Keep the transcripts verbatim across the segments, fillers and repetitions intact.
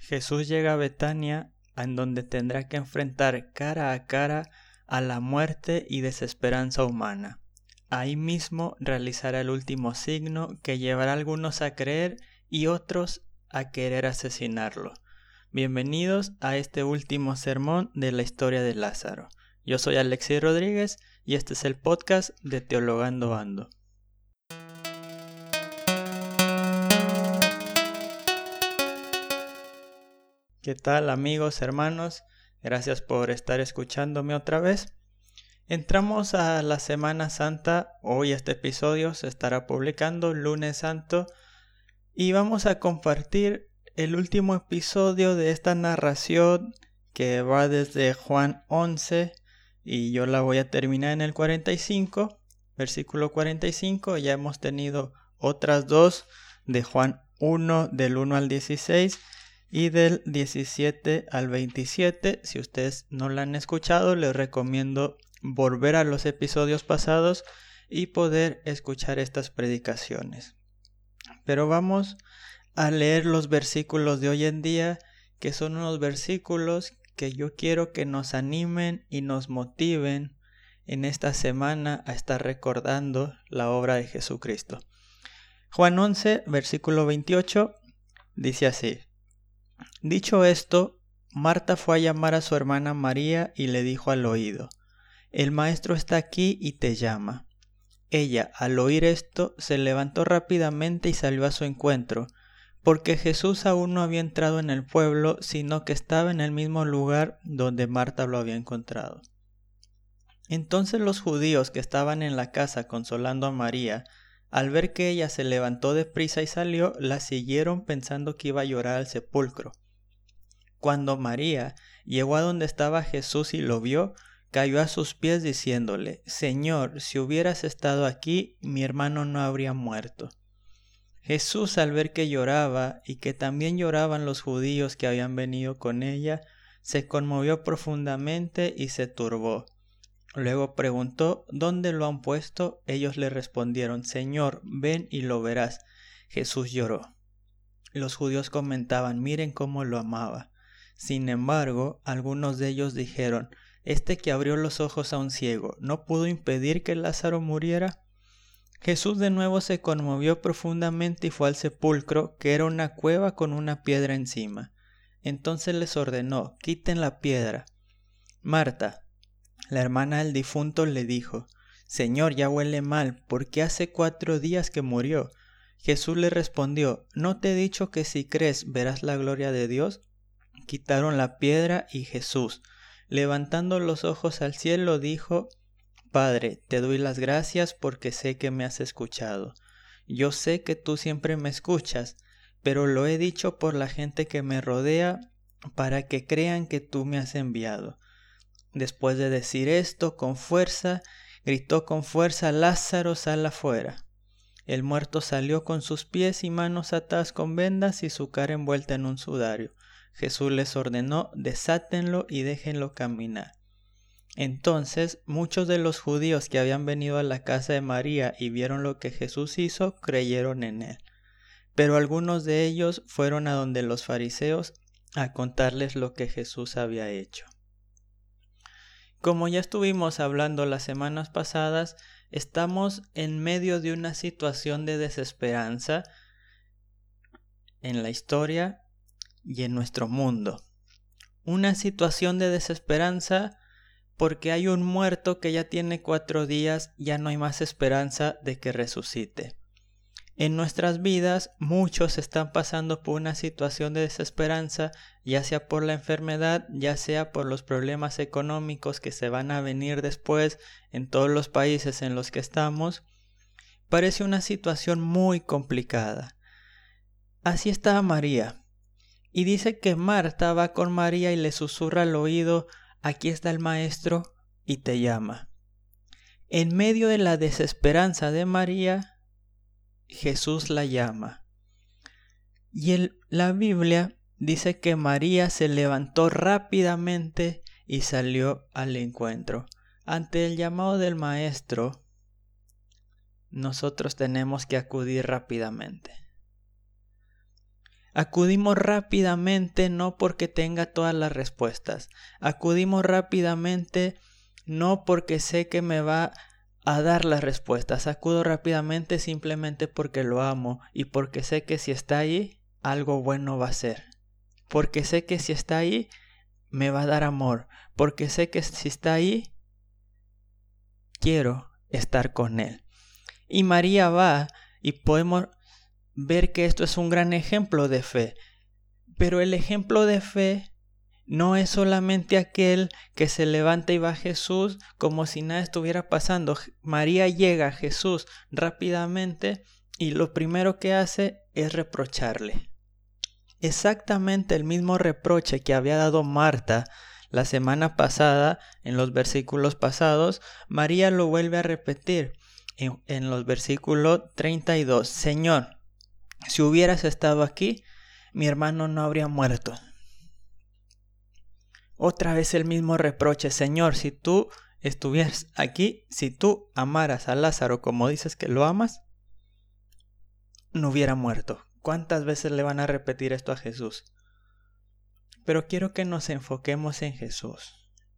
Jesús llega a Betania, en donde tendrá que enfrentar cara a cara a la muerte y desesperanza humana. Ahí mismo realizará el último signo que llevará a algunos a creer y otros a querer asesinarlo. Bienvenidos a este último sermón de la historia de Lázaro. Yo soy Alexis Rodríguez y este es el podcast de Teologando Ando. ¿Qué tal, amigos, hermanos? Gracias por estar escuchándome otra vez. Entramos a la Semana Santa. Hoy este episodio se estará publicando lunes santo y vamos a compartir el último episodio de esta narración que va desde Juan once y yo la voy a terminar en el cuarenta y cinco, versículo cuarenta y cinco. Ya hemos tenido otras dos de Juan uno, del uno al dieciséis y del diecisiete al veintisiete. Si ustedes no la han escuchado, les recomiendo volver a los episodios pasados y poder escuchar estas predicaciones. Pero vamos a leer los versículos de hoy en día, que son unos versículos que yo quiero que nos animen y nos motiven en esta semana a estar recordando la obra de Jesucristo. Juan once, versículo veintiocho, dice así: Dicho esto, Marta fue a llamar a su hermana María y le dijo al oído: El maestro está aquí y te llama. Ella, al oír esto, se levantó rápidamente y salió a su encuentro, porque Jesús aún no había entrado en el pueblo, sino que estaba en el mismo lugar donde Marta lo había encontrado. Entonces los judíos que estaban en la casa consolando a María, al ver que ella se levantó deprisa y salió, la siguieron pensando que iba a llorar al sepulcro. Cuando María llegó a donde estaba Jesús y lo vio, cayó a sus pies diciéndole: Señor, si hubieras estado aquí, mi hermano no habría muerto. Jesús, al ver que lloraba y que también lloraban los judíos que habían venido con ella, se conmovió profundamente y se turbó. Luego preguntó: ¿Dónde lo han puesto? Ellos le respondieron: Señor, ven y lo verás. Jesús lloró. Los judíos comentaban: miren cómo lo amaba. Sin embargo, algunos de ellos dijeron: Este que abrió los ojos a un ciego, ¿no pudo impedir que Lázaro muriera? Jesús de nuevo se conmovió profundamente y fue al sepulcro, que era una cueva con una piedra encima. Entonces les ordenó: quiten la piedra. Marta, la hermana del difunto, le dijo: Señor, ya huele mal, porque hace cuatro días que murió. Jesús le respondió: ¿No te he dicho que si crees verás la gloria de Dios? Quitaron la piedra y Jesús, levantando los ojos al cielo, dijo: Padre, te doy las gracias porque sé que me has escuchado. Yo sé que tú siempre me escuchas, pero lo he dicho por la gente que me rodea, para que crean que tú me has enviado. Después de decir esto con fuerza, gritó con fuerza: Lázaro, sal afuera. El muerto salió con sus pies y manos atadas con vendas y su cara envuelta en un sudario. Jesús les ordenó: desátenlo y déjenlo caminar. Entonces muchos de los judíos que habían venido a la casa de María y vieron lo que Jesús hizo, creyeron en él. Pero algunos de ellos fueron a donde los fariseos a contarles lo que Jesús había hecho. Como ya estuvimos hablando las semanas pasadas, estamos en medio de una situación de desesperanza en la historia y en nuestro mundo. Una situación de desesperanza porque hay un muerto que ya tiene cuatro días, ya no hay más esperanza de que resucite. En nuestras vidas muchos están pasando por una situación de desesperanza, ya sea por la enfermedad, ya sea por los problemas económicos que se van a venir después en todos los países en los que estamos. Parece una situación muy complicada. Así estaba María. Y dice que Marta va con María y le susurra al oído: aquí está el maestro y te llama. En medio de la desesperanza de María, Jesús la llama. Y el, la Biblia dice que María se levantó rápidamente y salió al encuentro. Ante el llamado del maestro, nosotros tenemos que acudir rápidamente. Acudimos rápidamente no porque tenga todas las respuestas. Acudimos rápidamente no porque sé que me va a dar las respuestas. Acudo rápidamente simplemente porque lo amo y porque sé que si está ahí, algo bueno va a ser. Porque sé que si está ahí, me va a dar amor. Porque sé que si está ahí, quiero estar con Él. Y María va y podemos ver que esto es un gran ejemplo de fe. Pero el ejemplo de fe no es solamente aquel que se levanta y va a Jesús como si nada estuviera pasando. María llega a Jesús rápidamente y lo primero que hace es reprocharle. Exactamente el mismo reproche que había dado Marta la semana pasada, en los versículos pasados, María lo vuelve a repetir en, en los versículos treinta y dos. Señor, si hubieras estado aquí, mi hermano no habría muerto. Otra vez el mismo reproche. Señor, si tú estuvieras aquí, si tú amaras a Lázaro como dices que lo amas, no hubiera muerto. ¿Cuántas veces le van a repetir esto a Jesús? Pero quiero que nos enfoquemos en Jesús.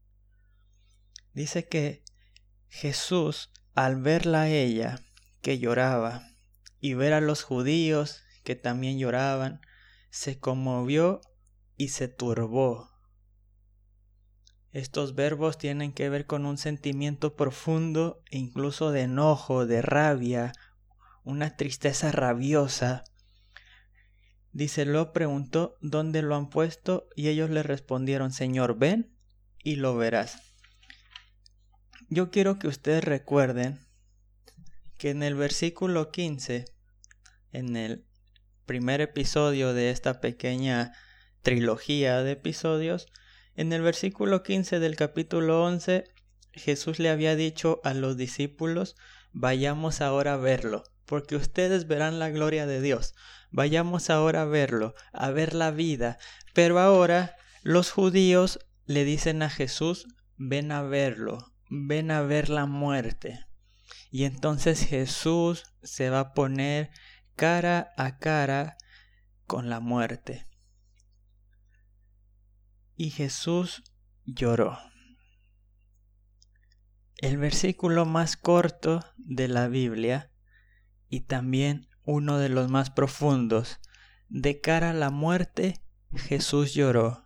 Dice que Jesús, al verla a ella, que lloraba, y ver a los judíos que también lloraban, se conmovió y se turbó. Estos verbos tienen que ver con un sentimiento profundo e incluso de enojo, de rabia, una tristeza rabiosa. Dice, lo preguntó dónde lo han puesto y ellos le respondieron, Señor, ven y lo verás. Yo quiero que ustedes recuerden que en el versículo quince, en el primer episodio de esta pequeña trilogía de episodios, en el versículo quince del capítulo once, Jesús le había dicho a los discípulos, vayamos ahora a verlo, porque ustedes verán la gloria de Dios. Vayamos ahora a verlo, a ver la vida. Pero ahora los judíos le dicen a Jesús, ven a verlo, ven a ver la muerte. Y entonces Jesús se va a poner cara a cara con la muerte. Y Jesús lloró. El versículo más corto de la Biblia y también uno de los más profundos. De cara a la muerte, Jesús lloró.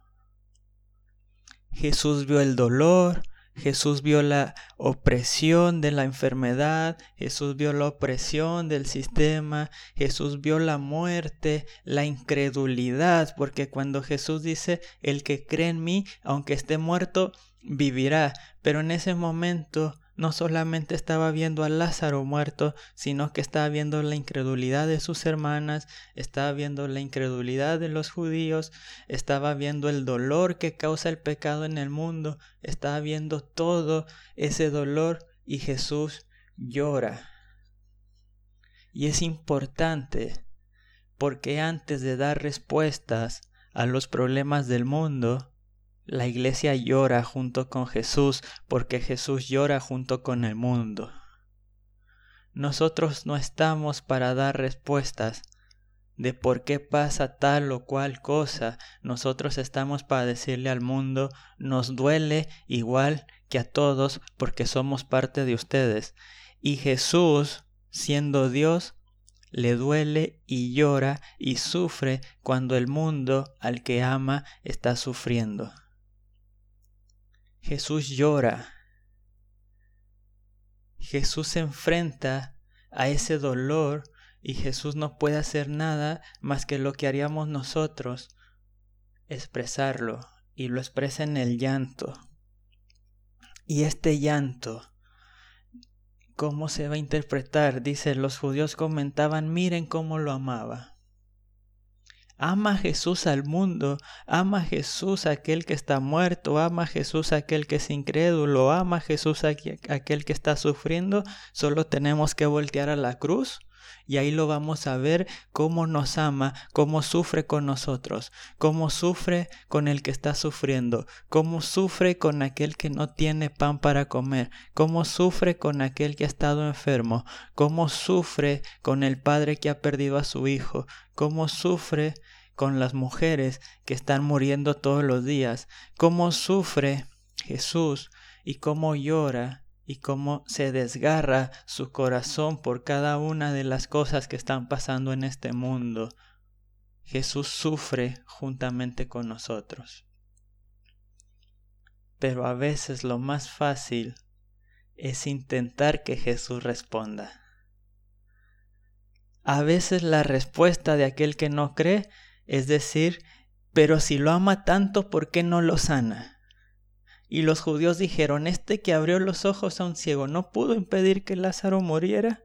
Jesús vio el dolor, Jesús vio la opresión de la enfermedad, Jesús vio la opresión del sistema, Jesús vio la muerte, la incredulidad, porque cuando Jesús dice, el que cree en mí, aunque esté muerto, vivirá. Pero en ese momento no solamente estaba viendo a Lázaro muerto, sino que estaba viendo la incredulidad de sus hermanas, estaba viendo la incredulidad de los judíos, estaba viendo el dolor que causa el pecado en el mundo, estaba viendo todo ese dolor y Jesús llora. Y es importante porque antes de dar respuestas a los problemas del mundo, la iglesia llora junto con Jesús porque Jesús llora junto con el mundo. Nosotros no estamos para dar respuestas de por qué pasa tal o cual cosa. Nosotros estamos para decirle al mundo, nos duele igual que a todos porque somos parte de ustedes. Y Jesús, siendo Dios, le duele y llora y sufre cuando el mundo al que ama está sufriendo. Jesús llora. Jesús se enfrenta a ese dolor y Jesús no puede hacer nada más que lo que haríamos nosotros, expresarlo, y lo expresa en el llanto. Y este llanto, ¿cómo se va a interpretar? Dice, los judíos comentaban, miren cómo lo amaba. Ama a Jesús al mundo, ama a Jesús a aquel que está muerto, ama a Jesús a aquel que es incrédulo, ama a Jesús a aquel que está sufriendo. Solo tenemos que voltear a la cruz y ahí lo vamos a ver cómo nos ama, cómo sufre con nosotros, cómo sufre con el que está sufriendo, cómo sufre con aquel que no tiene pan para comer, cómo sufre con aquel que ha estado enfermo, cómo sufre con el padre que ha perdido a su hijo, cómo sufre con las mujeres que están muriendo todos los días, cómo sufre Jesús y cómo llora y cómo se desgarra su corazón por cada una de las cosas que están pasando en este mundo. Jesús sufre juntamente con nosotros. Pero a veces lo más fácil es intentar que Jesús responda. A veces la respuesta de aquel que no cree es decir, pero si lo ama tanto, ¿por qué no lo sana? Y los judíos dijeron, este que abrió los ojos a un ciego, ¿no pudo impedir que Lázaro muriera?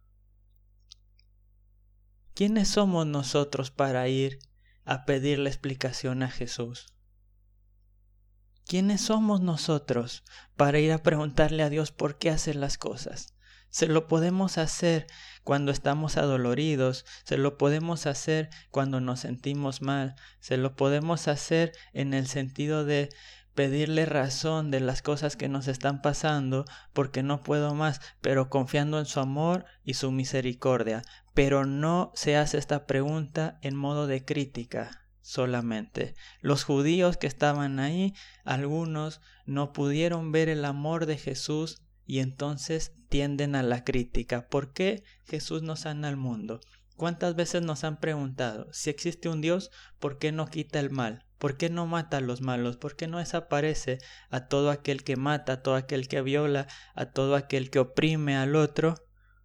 ¿Quiénes somos nosotros para ir a pedirle explicación a Jesús? ¿Quiénes somos nosotros para ir a preguntarle a Dios por qué hace las cosas? Se lo podemos hacer cuando estamos adoloridos, se lo podemos hacer cuando nos sentimos mal, se lo podemos hacer en el sentido de pedirle razón de las cosas que nos están pasando porque no puedo más, pero confiando en su amor y su misericordia. Pero no se hace esta pregunta en modo de crítica solamente. Los judíos que estaban ahí, algunos no pudieron ver el amor de Jesús y entonces tienden a la crítica. ¿Por qué Jesús no sana al mundo? ¿Cuántas veces nos han preguntado, si existe un Dios, ¿por qué no quita el mal? ¿Por qué no mata a los malos? ¿Por qué no desaparece a todo aquel que mata, a todo aquel que viola, a todo aquel que oprime al otro?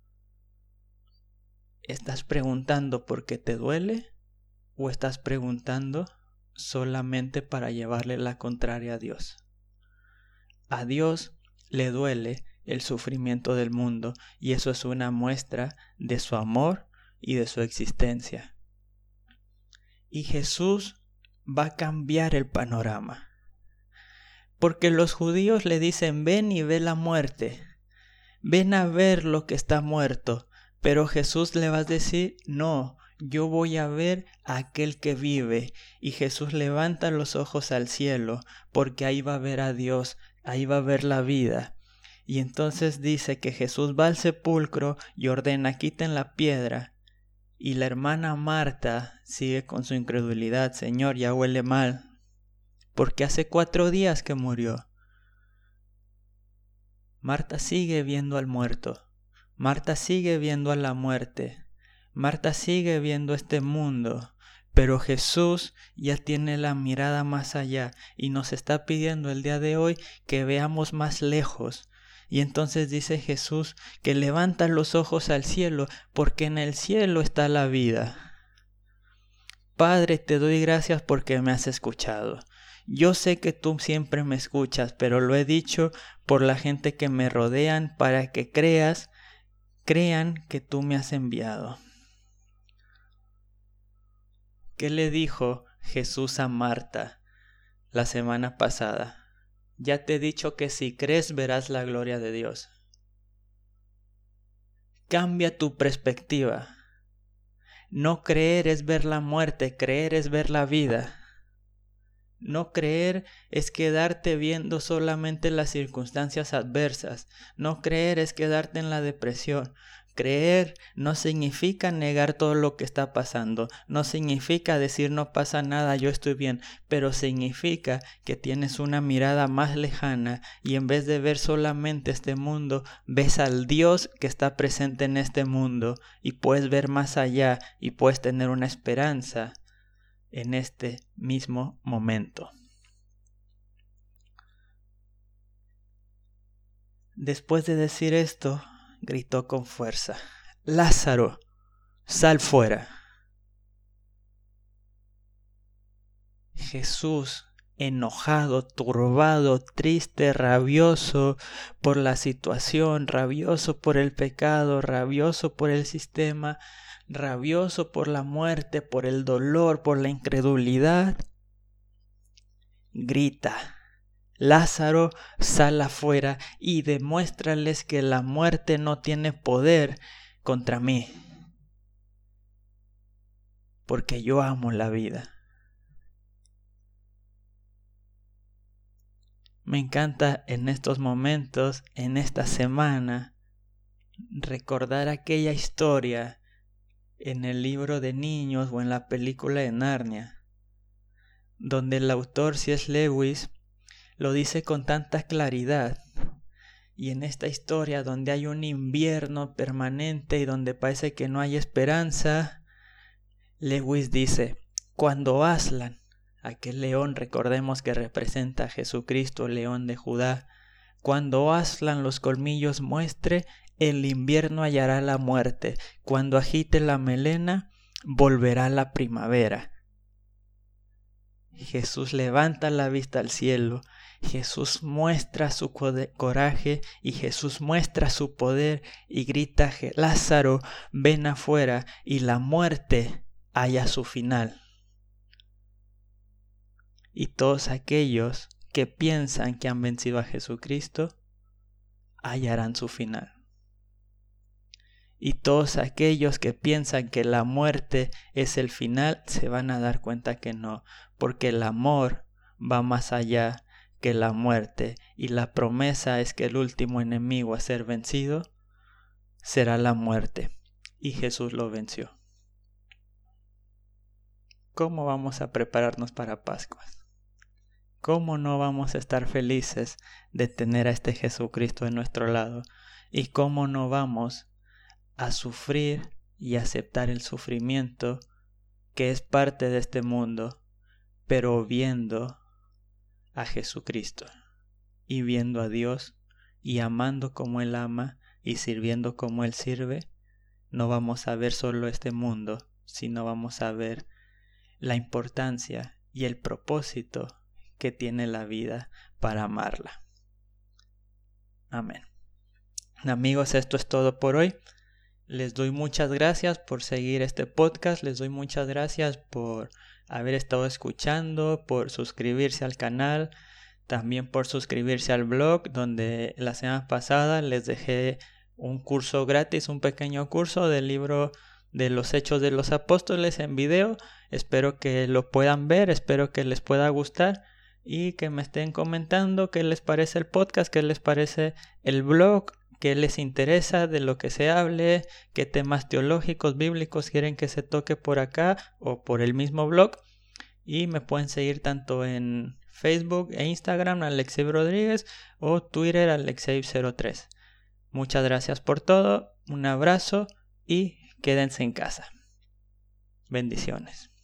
¿Estás preguntando porque te duele o estás preguntando solamente para llevarle la contraria a Dios? A Dios le duele el sufrimiento del mundo y eso es una muestra de su amor y de su existencia. Y Jesús va a cambiar el panorama. Porque los judíos le dicen, ven y ve la muerte. Ven a ver lo que está muerto. Pero Jesús le va a decir, no, yo voy a ver a aquel que vive. Y Jesús levanta los ojos al cielo, porque ahí va a ver a Dios, ahí va a ver la vida. Y entonces dice que Jesús va al sepulcro y ordena, quiten la piedra. Y la hermana Marta sigue con su incredulidad, Señor, ya huele mal, porque hace cuatro días que murió. Marta sigue viendo al muerto. Marta sigue viendo a la muerte, Marta sigue viendo este mundo, pero Jesús ya tiene la mirada más allá y nos está pidiendo el día de hoy que veamos más lejos. Y entonces dice Jesús que levanta los ojos al cielo porque en el cielo está la vida. Padre, te doy gracias porque me has escuchado. Yo sé que tú siempre me escuchas, pero lo he dicho por la gente que me rodean para que creas Crean que tú me has enviado. ¿Qué le dijo Jesús a Marta la semana pasada? Ya te he dicho que si crees verás la gloria de Dios. Cambia tu perspectiva. No creer es ver la muerte, creer es ver la vida. No creer es quedarte viendo solamente las circunstancias adversas. No creer es quedarte en la depresión. Creer no significa negar todo lo que está pasando. No significa decir no pasa nada, yo estoy bien. Pero significa que tienes una mirada más lejana y en vez de ver solamente este mundo, ves al Dios que está presente en este mundo y puedes ver más allá y puedes tener una esperanza en este mismo momento. Después de decir esto, gritó con fuerza, Lázaro, sal fuera. Jesús, enojado, turbado, triste, rabioso por la situación, rabioso por el pecado, rabioso por el sistema, rabioso por la muerte, por el dolor, por la incredulidad, grita, Lázaro, sal afuera y demuéstrales que la muerte no tiene poder contra mí, porque yo amo la vida. Me encanta en estos momentos, en esta semana, recordar aquella historia en el libro de niños o en la película de Narnia, donde el autor C S Lewis lo dice con tanta claridad. Y en esta historia donde hay un invierno permanente y donde parece que no hay esperanza, Lewis dice, cuando Aslan, aquel león, recordemos que representa a Jesucristo, león de Judá, cuando Aslan los colmillos muestre, el invierno hallará la muerte. Cuando agite la melena, volverá la primavera. Jesús levanta la vista al cielo. Jesús muestra su coraje y Jesús muestra su poder y grita, Lázaro, ven afuera, y la muerte halla su final. Y todos aquellos que piensan que han vencido a Jesucristo, hallarán su final. Y todos aquellos que piensan que la muerte es el final, se van a dar cuenta que no, porque el amor va más allá que la muerte, y la promesa es que el último enemigo a ser vencido será la muerte, y Jesús lo venció. ¿Cómo vamos a prepararnos para Pascua? ¿Cómo no vamos a estar felices de tener a este Jesucristo en nuestro lado? ¿Y cómo no vamos a sufrir y aceptar el sufrimiento que es parte de este mundo, pero viendo a Jesucristo y viendo a Dios y amando como Él ama y sirviendo como Él sirve? No vamos a ver solo este mundo, sino vamos a ver la importancia y el propósito que tiene la vida para amarla. Amén. Amigos, esto es todo por hoy. Les doy muchas gracias por seguir este podcast. Les doy muchas gracias por haber estado escuchando, por suscribirse al canal, también por suscribirse al blog, donde la semana pasada les dejé un curso gratis, un pequeño curso del libro de los Hechos de los Apóstoles en video. Espero que lo puedan ver, espero que les pueda gustar y que me estén comentando qué les parece el podcast, qué les parece el blog, qué les interesa de lo que se hable, qué temas teológicos, bíblicos quieren que se toque por acá o por el mismo blog. Y me pueden seguir tanto en Facebook e Instagram, Alexei Rodríguez, o Twitter, Alexei cero tres. Muchas gracias por todo, un abrazo y quédense en casa. Bendiciones.